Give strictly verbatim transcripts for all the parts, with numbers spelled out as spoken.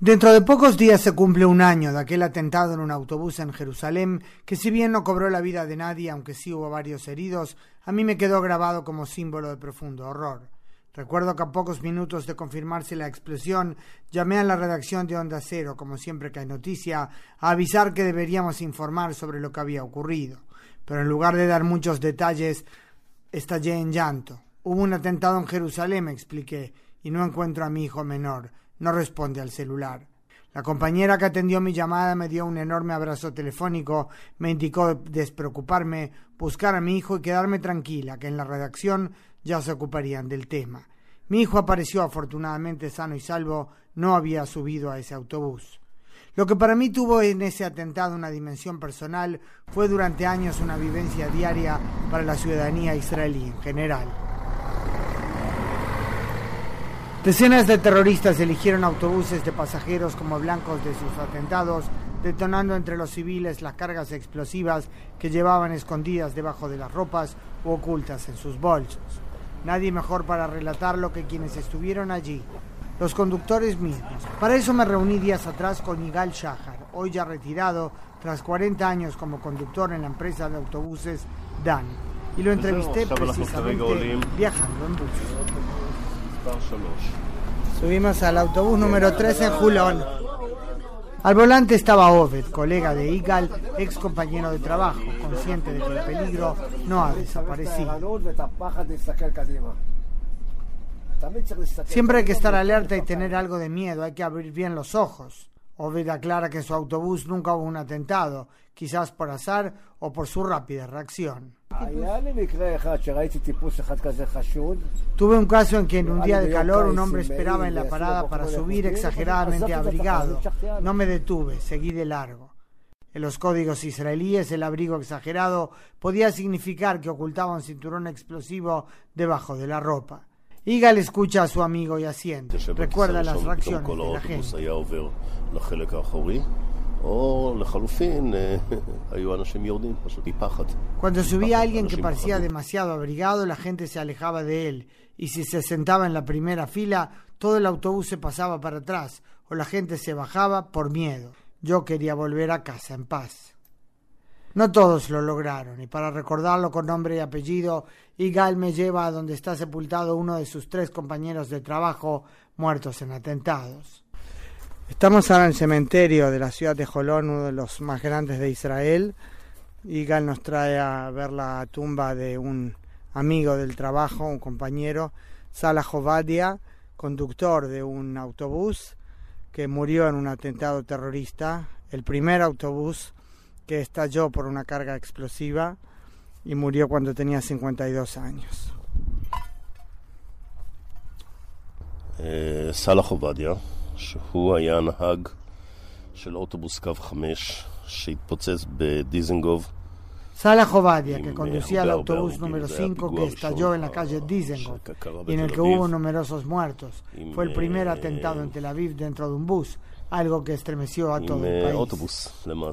Dentro de pocos días se cumple un año de aquel atentado en un autobús en Jerusalén que, si bien no cobró la vida de nadie, aunque sí hubo varios heridos, a mí me quedó grabado como símbolo de profundo horror. Recuerdo que a pocos minutos de confirmarse la explosión, llamé a la redacción de Onda Cero, como siempre que hay noticia, a avisar que deberíamos informar sobre lo que había ocurrido. Pero en lugar de dar muchos detalles, estallé en llanto. Hubo un atentado en Jerusalén, me expliqué, y no encuentro a mi hijo menor. No responde al celular. La compañera que atendió mi llamada me dio un enorme abrazo telefónico, me indicó despreocuparme, buscar a mi hijo y quedarme tranquila, que en la redacción ya se ocuparían del tema. Mi hijo apareció afortunadamente sano y salvo, no había subido a ese autobús. Lo que para mí tuvo en ese atentado una dimensión personal fue durante años una vivencia diaria para la ciudadanía israelí en general. Decenas de terroristas eligieron autobuses de pasajeros como blancos de sus atentados, detonando entre los civiles las cargas explosivas que llevaban escondidas debajo de las ropas u ocultas en sus bolsos. Nadie mejor para relatarlo que quienes estuvieron allí, los conductores mismos. Para eso me reuní días atrás con Yigal Shahar, hoy ya retirado, tras cuarenta años como conductor en la empresa de autobuses Dan, y lo entrevisté precisamente viajando en bus. Subimos al autobús número tres en Julón. Al volante estaba Oved, colega de Yigal, ex compañero de trabajo, consciente de que el peligro no ha desaparecido. Siempre hay que estar alerta y tener algo de miedo, hay que abrir bien los ojos. Oved aclara que en su autobús nunca hubo un atentado, quizás por azar o por su rápida reacción. Tuve un caso en que en un día de calor un hombre esperaba en la parada para subir exageradamente abrigado. No me detuve, seguí de largo. En los códigos israelíes el abrigo exagerado podía significar que ocultaba un cinturón explosivo debajo de la ropa. Yigal escucha a su amigo y asiente. Recuerda las reacciones de la gente. Cuando subía alguien que parecía demasiado abrigado, la gente se alejaba de él, y si se sentaba en la primera fila, todo el autobús se pasaba para atrás, o la gente se bajaba por miedo. Yo quería volver a casa en paz. No todos lo lograron, y para recordarlo con nombre y apellido, Yigal me lleva a donde está sepultado uno de sus tres compañeros de trabajo muertos en atentados. Estamos ahora en el cementerio de la ciudad de Jolón, uno de los más grandes de Israel. Yigal nos trae a ver la tumba de un amigo del trabajo, un compañero, Salah Ovadia, conductor de un autobús que murió en un atentado terrorista, el primer autobús que estalló por una carga explosiva y murió cuando tenía cincuenta y dos años. Eh, Salah Ovadia, שהוא היה נהג של אוטובוס קו חמש שהתפוצץ בדיזנגוף. Salah Ovadia, que conducía el autobús número cinco que estalló en la calle Dizengoff y en el que hubo numerosos muertos. Fue el primer atentado en Tel Aviv dentro de un bus, algo que estremeció a todo el país.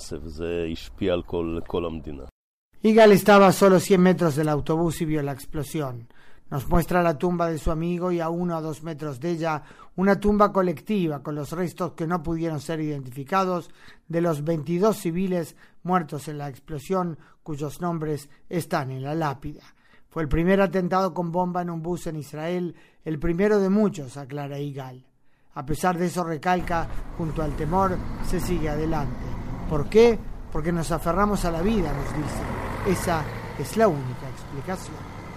Yigal estaba a solo cien metros del autobús y vio la explosión. Nos muestra la tumba de su amigo y a uno a dos metros de ella una tumba colectiva con los restos que no pudieron ser identificados de los veintidós civiles muertos en la explosión cuyos nombres están en la lápida. Fue el primer atentado con bomba en un bus en Israel, el primero de muchos, aclara Yigal. A pesar de eso, recalca, junto al temor, se sigue adelante. ¿Por qué? Porque nos aferramos a la vida, nos dice. Esa es la única explicación.